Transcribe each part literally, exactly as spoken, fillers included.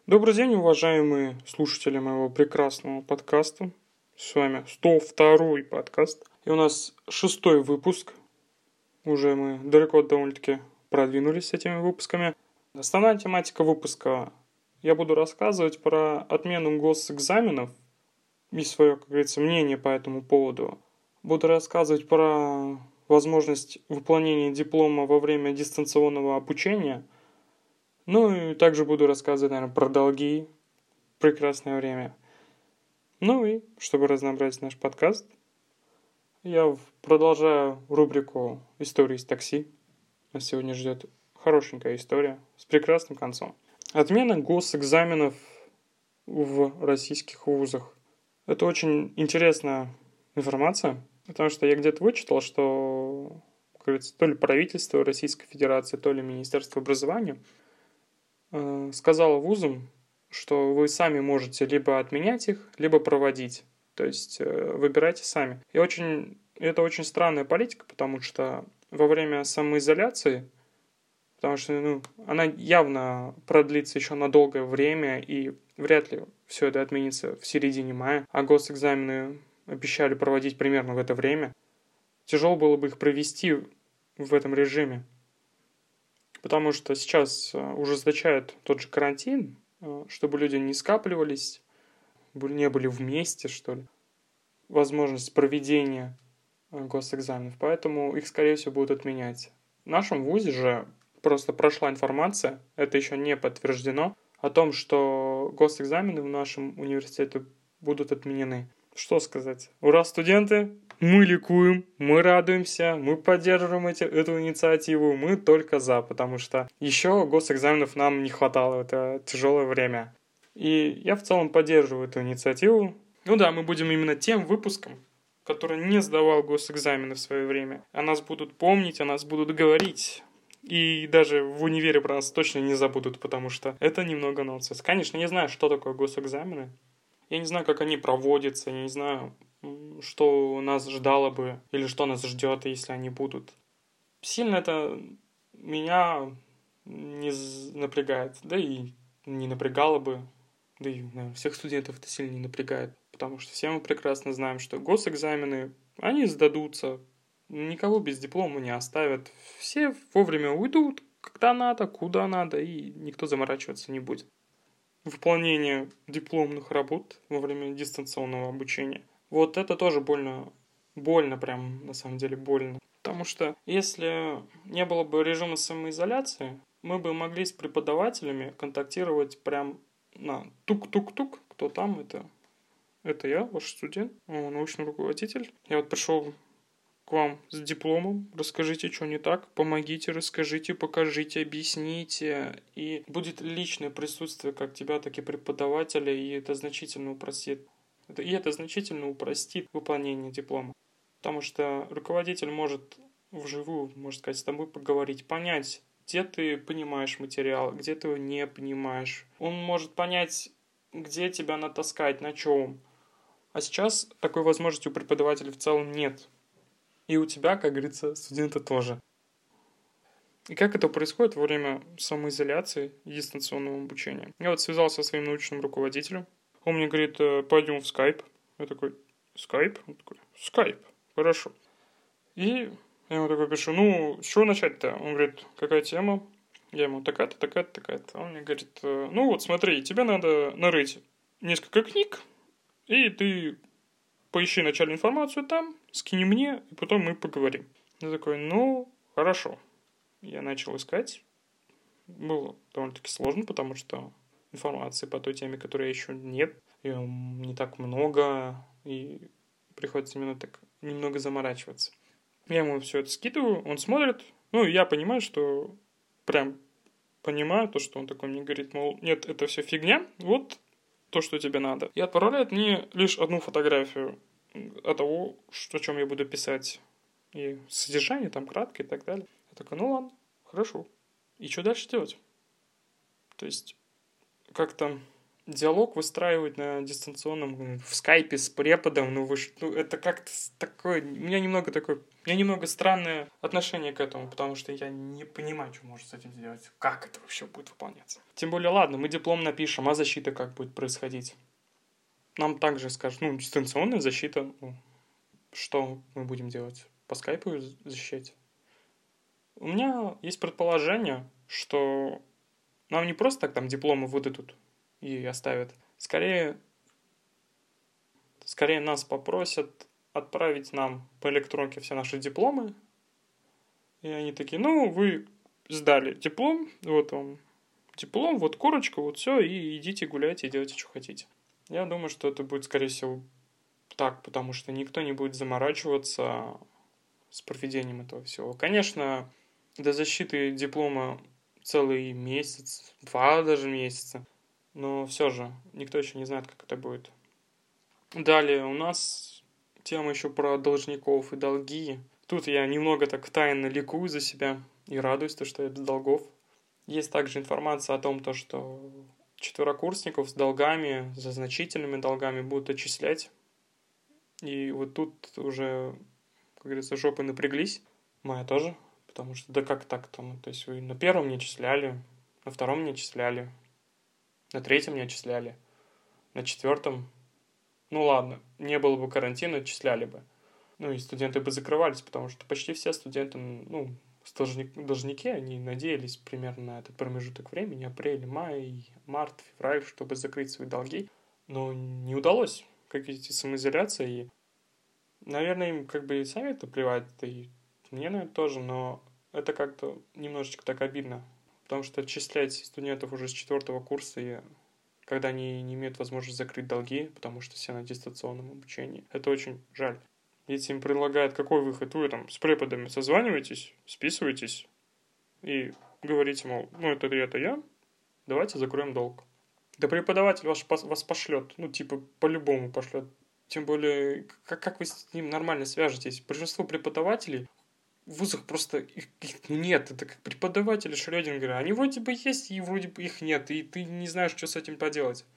Добрый день, уважаемые слушатели моего прекрасного подкаста. С вами сто второй подкаст. И у нас шестой выпуск. Уже мы далеко довольно-таки продвинулись с этими выпусками. Основная тематика выпуска. Я буду рассказывать про отмену госэкзаменов и свое, как говорится, мнение по этому поводу. Буду рассказывать про возможность выполнения диплома во время дистанционного обучения. Ну и также буду рассказывать, наверное, про долги. Прекрасное время. Ну и, чтобы разнообразить наш подкаст, я продолжаю рубрику «Истории из такси». Нас сегодня ждет хорошенькая история с прекрасным концом. Отмена госэкзаменов в российских вузах. Это очень интересная информация, потому что я где-то вычитал, что, как говорится, то ли правительство Российской Федерации, то ли Министерство образования э, сказало вузам, что вы сами можете либо отменять их, либо проводить. То есть э, выбирайте сами. И очень, это очень странная политика, потому что во время самоизоляции, потому что ну, она явно продлится еще на долгое время, и вряд ли все это отменится в середине мая, а госэкзамены обещали проводить примерно в это время. Тяжело было бы их провести в этом режиме, потому что сейчас уже ужесточают тот же карантин, чтобы люди не скапливались, не были вместе, что ли. Возможность проведения госэкзаменов, поэтому их, скорее всего, будут отменять. В нашем вузе же просто прошла информация, это еще не подтверждено, о том, что госэкзамены в нашем университете будут отменены. Что сказать? Ура, студенты! Мы ликуем, мы радуемся, мы поддерживаем эти, эту инициативу, мы только за, потому что еще госэкзаменов нам не хватало, это тяжелое время. И я в целом поддерживаю эту инициативу. Ну да, мы будем именно тем выпуском, который не сдавал госэкзамены в свое время. О нас будут помнить, о нас будут говорить. И даже в универе про нас точно не забудут, потому что это немного нонсенс. Конечно, не знаю, что такое госэкзамены. Я не знаю, как они проводятся, я не знаю, что нас ждало бы, или что нас ждет, если они будут. Сильно это меня не напрягает, да и не напрягало бы, да и, наверное, всех студентов это сильно не напрягает, потому что все мы прекрасно знаем, что госэкзамены, они сдадутся, никого без диплома не оставят, все вовремя уйдут, когда надо, куда надо, и никто заморачиваться не будет. Выполнение дипломных работ во время дистанционного обучения. Вот это тоже больно, больно прям, на самом деле больно. Потому что если не было бы режима самоизоляции, мы бы могли с преподавателями контактировать прям на тук-тук-тук. Кто там? Это, это я, ваш студент, научный руководитель. Я вот пришел к вам с дипломом, расскажите, что не так, помогите, расскажите, покажите, объясните. И будет личное присутствие как тебя, так и преподавателя, и это значительно упростит. И это значительно упростит выполнение диплома. Потому что руководитель может вживую, можно сказать, с тобой поговорить, понять, где ты понимаешь материал, где ты его не понимаешь. Он может понять, где тебя натаскать, на чем. А сейчас такой возможности у преподавателя в целом нет. И у тебя, как говорится, студента тоже. И как это происходит во время самоизоляции и дистанционного обучения? Я вот связался со своим научным руководителем. Он мне говорит, пойдем в скайп. Я такой, скайп? Он такой, скайп, хорошо. И я ему такой пишу, ну, с чего начать-то? Он говорит, какая тема? Я ему, такая-то, такая-то, такая-то. Он мне говорит, ну вот смотри, тебе надо нарыть несколько книг, и ты поищи начальную информацию там, скини мне, и потом мы поговорим. Я такой, ну, хорошо. Я начал искать. Было довольно-таки сложно, потому что информации по той теме, которой еще нет, ее не так много, и приходится именно так немного заморачиваться. Я ему все это скидываю, он смотрит, ну, и я понимаю, что прям понимаю то, что он такой мне говорит, мол, нет, это все фигня, вот то, что тебе надо. И отправляет мне лишь одну фотографию о того, о чем я буду писать. И содержание там краткое и так далее. Я такой, ну ладно, хорошо. И что дальше делать? То есть, как-то диалог выстраивать на дистанционном, в скайпе с преподом, ну, вы, ж- ну это как-то такое, у меня немного такое, у меня немного странное отношение к этому, потому что я не понимаю, что можно с этим сделать, как это вообще будет выполняться. Тем более, ладно, мы диплом напишем, а защита как будет происходить? Нам также скажут, ну, дистанционная защита, ну, что мы будем делать? По скайпу защищать? У меня есть предположение, что нам не просто так там дипломы выдадут и оставят. Скорее, скорее нас попросят отправить нам по электронке все наши дипломы. И они такие, ну, вы сдали диплом, вот вам диплом, вот корочка, вот все, и идите гуляйте, делайте, что хотите. Я думаю, что это будет, скорее всего, так, потому что никто не будет заморачиваться с проведением этого всего. Конечно, до защиты диплома целый месяц, два даже месяца, но все же никто еще не знает, как это будет. Далее у нас тема еще про должников и долги. Тут я немного так тайно ликую за себя и радуюсь, то, что я без долгов. Есть также информация о том, то, что четверокурсников с долгами, за значительными долгами будут отчислять. И вот тут уже, как говорится, жопы напряглись. Моя тоже. Потому что да как так-то? Ну, то есть вы на первом не отчисляли, на втором не отчисляли, на третьем не отчисляли, на четвертом, ну ладно, не было бы карантина, отчисляли бы. Ну и студенты бы закрывались, потому что почти все студенты, ну, должник, должники, они надеялись примерно на этот промежуток времени, апрель, май, март, февраль, чтобы закрыть свои долги. Но не удалось, как видите, самоизоляция. И, наверное, им как бы и сами это плевать, да и мне, наверное, тоже, но это как-то немножечко так обидно. Потому что отчислять студентов уже с четвертого курса, и когда они не имеют возможности закрыть долги, потому что все на дистанционном обучении, это очень жаль. Если им предлагают какой выход, вы там с преподами созваниваетесь, списываетесь и говорите, мол, ну это это я, давайте закроем долг. Да преподаватель вас, вас пошлет, ну типа по-любому пошлет. Тем более, как, как вы с ним нормально свяжетесь? Большинство преподавателей в вузах просто их, их нет. Это как преподаватели Шрёдингера. Они вроде бы есть, и вроде бы их нет. И ты не знаешь, что с этим поделать.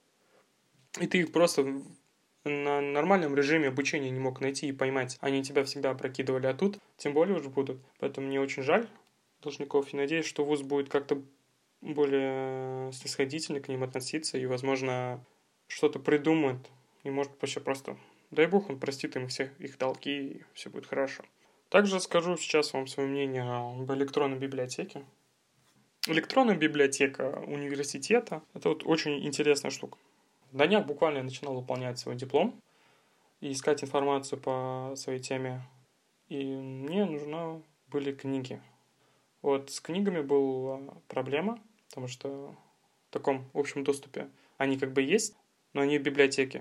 И ты их просто на нормальном режиме обучения не мог найти и поймать. Они тебя всегда опрокидывали, а тут тем более уже будут. Поэтому мне очень жаль должников. И надеюсь, что вуз будет как-то более снисходительно к ним относиться. И, возможно, что-то придумает. И может вообще просто, дай бог, он простит им всех их долги, и все будет хорошо. Также скажу сейчас вам свое мнение об электронной библиотеке. Электронная библиотека университета – это вот очень интересная штука. На днях буквально я начинал выполнять свой диплом и искать информацию по своей теме. И мне нужны были книги. Вот с книгами была проблема, потому что в таком общем доступе они как бы есть, но они в библиотеке.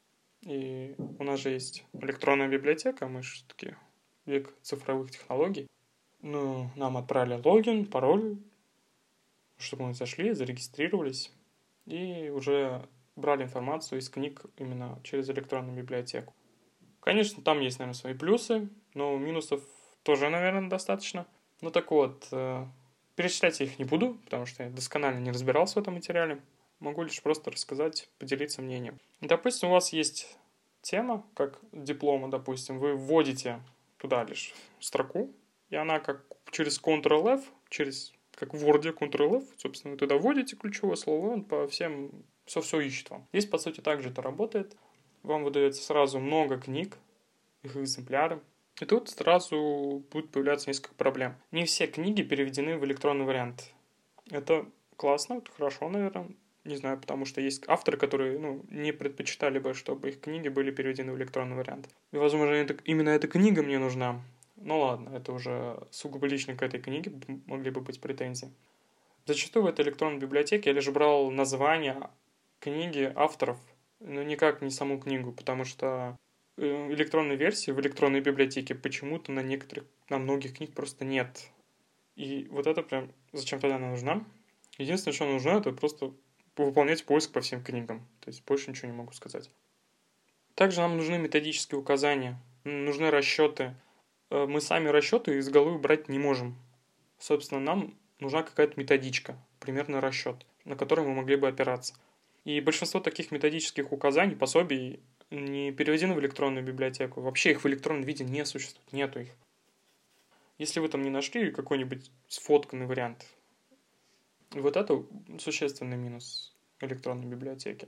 И у нас же есть электронная библиотека, мы же такие век цифровых технологий. Ну, нам отправили логин, пароль, чтобы мы зашли, зарегистрировались и уже брали информацию из книг именно через электронную библиотеку. Конечно, там есть, наверное, свои плюсы, но минусов тоже, наверное, достаточно. Ну так вот, перечислять я их не буду, потому что я досконально не разбирался в этом материале. Могу лишь просто рассказать, поделиться мнением. Допустим, у вас есть тема, как диплома, допустим, вы вводите туда лишь строку, и она как через контрол эф, через как в Word контрол эф, собственно, вы туда вводите ключевое слово, он по всем все-все ищет вам. Здесь, по сути, также это работает. Вам выдается сразу много книг, их экземпляры. И тут сразу будет появляться несколько проблем. Не все книги переведены в электронный вариант. Это классно, это хорошо, наверное. Не знаю, потому что есть авторы, которые ну, не предпочитали бы, чтобы их книги были переведены в электронный вариант. И, возможно, это, именно эта книга мне нужна. Ну ладно, это уже сугубо лично к этой книге могли бы быть претензии. Зачастую в этой электронной библиотеке я лишь брал названия книги авторов, но никак не саму книгу, потому что электронной версии в электронной библиотеке почему-то на некоторых, на многих книг просто нет. И вот это прям зачем тогда она нужна? Единственное, что нужно, это просто выполнять поиск по всем книгам. То есть больше ничего не могу сказать. Также нам нужны методические указания, нужны расчеты. Мы сами расчеты из головы брать не можем. Собственно, нам нужна какая-то методичка, примерно расчет, на который мы могли бы опираться. И большинство таких методических указаний, пособий не переведены в электронную библиотеку. Вообще их в электронном виде не существует, нету их. Если вы там не нашли какой-нибудь сфотканный вариант, вот это существенный минус электронной библиотеки.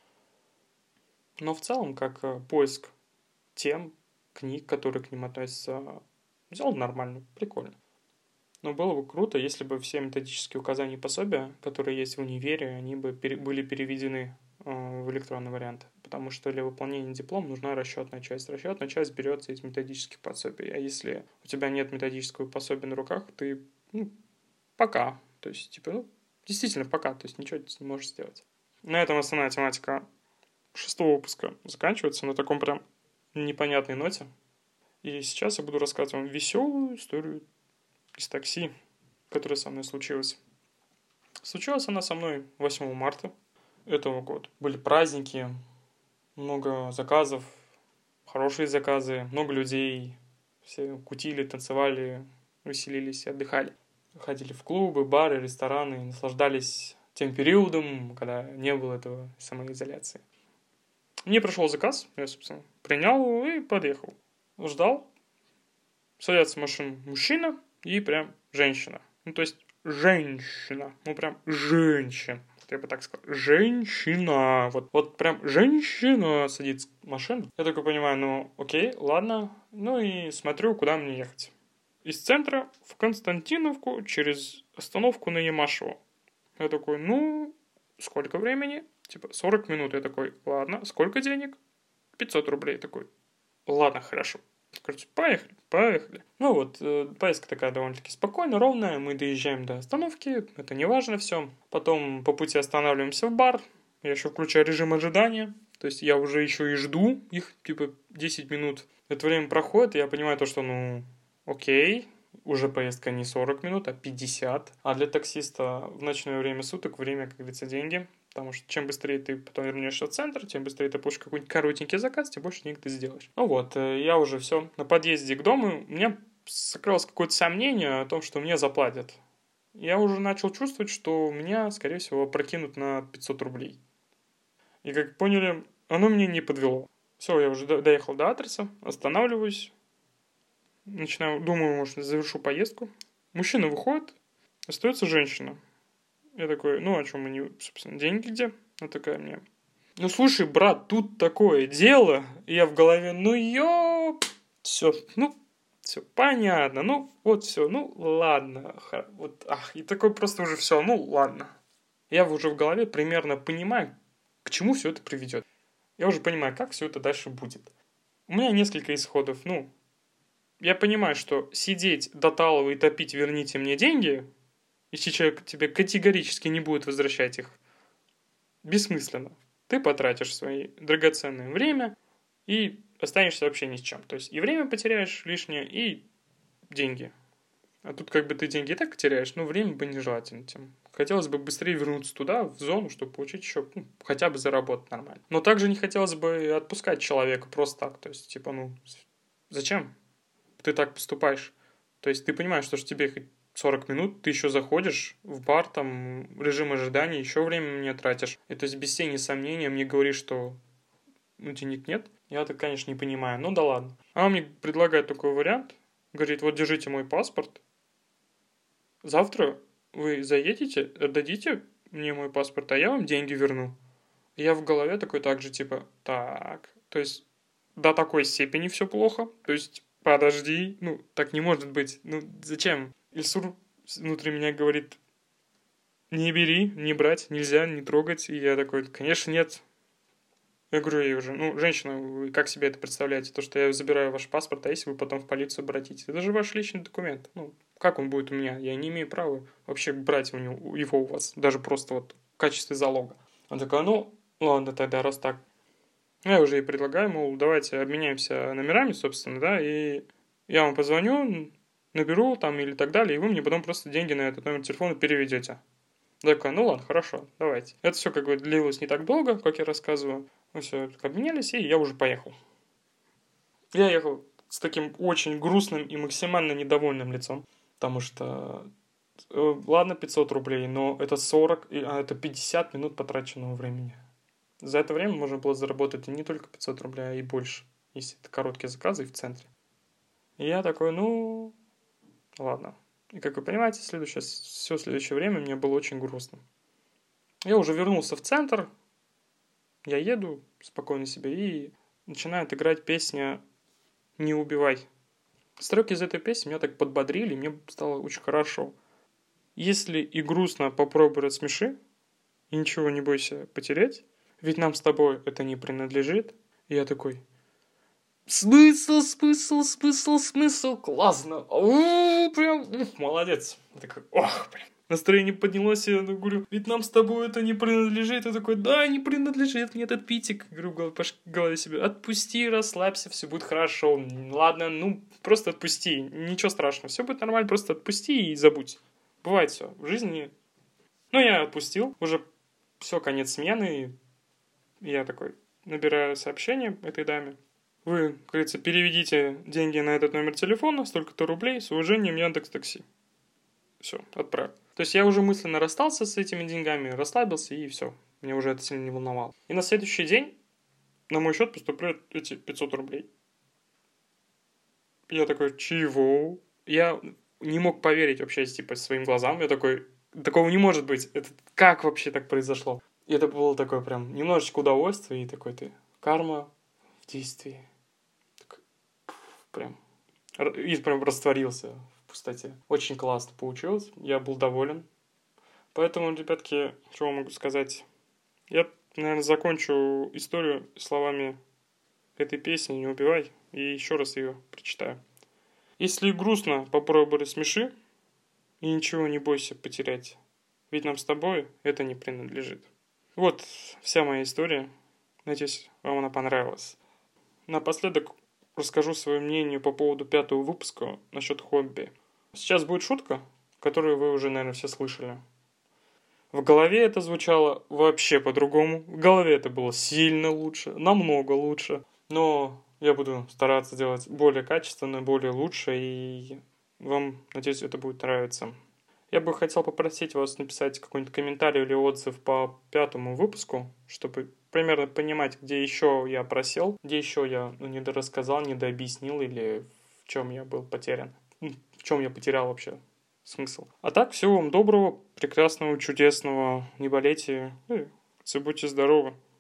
Но в целом, как поиск тем, книг, которые к ним относятся, сделал нормально, прикольно. Но было бы круто, если бы все методические указания и пособия, которые есть в универе, они бы пере- были переведены э, в электронный вариант. Потому что для выполнения диплома нужна расчетная часть. Расчетная часть берется из методических пособий. А если у тебя нет методического пособия на руках, ты ну, пока. То есть, типа, ну, действительно пока. То есть, ничего не можешь сделать. На этом основная тематика шестого выпуска заканчивается на таком прям непонятной ноте. И сейчас я буду рассказывать вам веселую историю из такси, которая со мной случилась. Случилась она со мной восьмого марта этого года. Были праздники, много заказов, хорошие заказы, много людей. Все кутили, танцевали, веселились, отдыхали. Ходили в клубы, бары, рестораны, наслаждались тем периодом, когда не было этого самоизоляции. Мне пришел заказ, я, собственно, принял его и подъехал. Ждал. Садится в машину мужчина и прям женщина. Ну, то есть, женщина. Ну, прям женщина. Я бы так сказал. Женщина. Вот, вот прям женщина садится в машину. Я только понимаю, ну, окей, ладно. Ну, и смотрю, куда мне ехать. Из центра в Константиновку через остановку на Ямашево. Я такой, ну, сколько времени? Типа, сорок минут. Я такой, ладно, сколько денег? пятьсот рублей. Такой, ладно, хорошо. Короче, поехали, поехали. Ну вот, э, поездка такая довольно-таки спокойная, ровная. Мы доезжаем до остановки, это не важно все. Потом по пути останавливаемся в бар. Я еще включаю режим ожидания. То есть я уже еще и жду их, типа, десять минут. Это время проходит, и я понимаю то, что, ну, окей, уже поездка не сорок минут, а пятьдесят. А для таксиста в ночное время суток время, как говорится, деньги. Потому что чем быстрее ты потом вернешься в центр, тем быстрее ты получишь какой-нибудь коротенький заказ, тем больше денег ты сделаешь. Ну вот, я уже все на подъезде к дому. У меня сокрылось какое-то сомнение о том, что мне заплатят. Я уже начал чувствовать, что меня, скорее всего, прокинут на пятьсот рублей. И, как поняли, оно меня не подвело. Все, я уже доехал до адреса, останавливаюсь. Начинаю, думаю, может, завершу поездку. Мужчина выходит, остается женщина. Я такой, ну, о чем они, собственно, деньги где? Она такая мне, ну, слушай, брат, тут такое дело. И я в голове, ну, ёп, все, ну, все, понятно, ну, вот все, ну, ладно. Вот, ах, и такой просто уже все, ну, ладно. Я уже в голове примерно понимаю, к чему все это приведет. Я уже понимаю, как все это дальше будет. У меня несколько исходов, ну, я понимаю, что сидеть до талого и топить «верните мне деньги», если человек тебе категорически не будет возвращать их, бессмысленно. Ты потратишь свое драгоценное время и останешься вообще ни с чем. То есть и время потеряешь лишнее, и деньги. А тут как бы ты деньги и так теряешь, но время бы нежелательно тем. Хотелось бы быстрее вернуться туда, в зону, чтобы получить еще, ну, хотя бы заработать нормально. Но также не хотелось бы отпускать человека просто так. То есть, типа, ну, зачем ты так поступаешь? То есть ты понимаешь, что тебе хоть сорок минут, ты еще заходишь в бар, там, режим ожидания, еще время мне тратишь. И то есть без тени сомнения мне говоришь, что ну, денег нет. Я это, конечно, не понимаю. Ну да ладно. Она мне предлагает такой вариант. Говорит, вот держите мой паспорт. Завтра вы заедете, отдадите мне мой паспорт, а я вам деньги верну. И я в голове такой так же, типа, так. То есть до такой степени все плохо. То есть подожди, ну, так не может быть. Ну, зачем? Ильсур внутри меня говорит, не бери, не брать, нельзя, не трогать. И я такой, конечно, нет. Я говорю ей уже, ну, женщина, вы как себе это представляете? То, что я забираю ваш паспорт, а если вы потом в полицию обратитесь? Это же ваш личный документ. Ну, как он будет у меня? Я не имею права вообще брать у него, его у вас, даже просто вот в качестве залога. Он такой, ну, ладно тогда, раз так. Я уже ей предлагаю, мол, давайте обменяемся номерами, собственно, да, и я вам позвоню, наберу там или так далее, и вы мне потом просто деньги на этот номер телефона переведете. Такая, ну ладно, хорошо, давайте. Это все как бы длилось не так долго, как я рассказываю. Мы все обменялись, и я уже поехал. Я ехал с таким очень грустным и максимально недовольным лицом, потому что э, ладно, пятьсот рублей, но это сорок, и- а это пятьдесят минут потраченного времени. За это время можно было заработать не только пятьсот рублей, а и больше, если это короткие заказы и в центре. И я такой, ну, ладно. И как вы понимаете, следующее, все следующее время мне было очень грустно. Я уже вернулся в центр, я еду спокойно себе и начинает играть песня «Не убивай». Строки из этой песни меня так подбодрили, мне стало очень хорошо. Если и грустно, попробуй рассмеши, и ничего не бойся потерять, ведь нам с тобой это не принадлежит. И я такой, смысл, смысл, смысл, смысл, классно, у, прям, ух, молодец. Я такой, ох, прям. Настроение поднялось, и я говорю, ведь нам с тобой это не принадлежит. Я такой, да, не принадлежит мне этот питик. Говорю в голове себе, отпусти, расслабься, все будет хорошо. Ладно, ну, просто отпусти, ничего страшного, все будет нормально, просто отпусти и забудь. Бывает все в жизни. Ну, я отпустил, уже все, конец смены. И я такой, набираю сообщение этой даме. Вы, как говорится, переведите деньги на этот номер телефона, столько-то рублей, с уважением, Яндекс.Такси. Все, отправил. То есть я уже мысленно расстался с этими деньгами, расслабился и все. Меня уже это сильно не волновало. И на следующий день на мой счет поступают эти пятьсот рублей. Я такой, чего? Я не мог поверить вообще, типа, своим глазам. Я такой, такого не может быть. Это как вообще так произошло? И это было такое прям немножечко удовольствие. И такой ты, карма в действии. Такой, прям. И прям растворился в пустоте. Очень классно получилось. Я был доволен. Поэтому, ребятки, что могу сказать? Я, наверное, закончу историю словами этой песни «Не убивай» и еще раз ее прочитаю. Если грустно, попробуй рассмеши и ничего не бойся потерять, ведь нам с тобой это не принадлежит. Вот вся моя история. Надеюсь, вам она понравилась. Напоследок расскажу свое мнение по поводу пятого выпуска насчет хобби. Сейчас будет шутка, которую вы уже, наверное, все слышали. В голове это звучало вообще по-другому. В голове это было сильно лучше, намного лучше. Но я буду стараться делать более качественно, более лучше. И вам, надеюсь, это будет нравиться. Я бы хотел попросить вас написать какой-нибудь комментарий или отзыв по пятому выпуску, чтобы примерно понимать, где еще я просел, где еще я ну, недорассказал, недообъяснил или в чем я был потерян. В чем я потерял вообще смысл. А так, всего вам доброго, прекрасного, чудесного, не болейте, и будьте здоровы.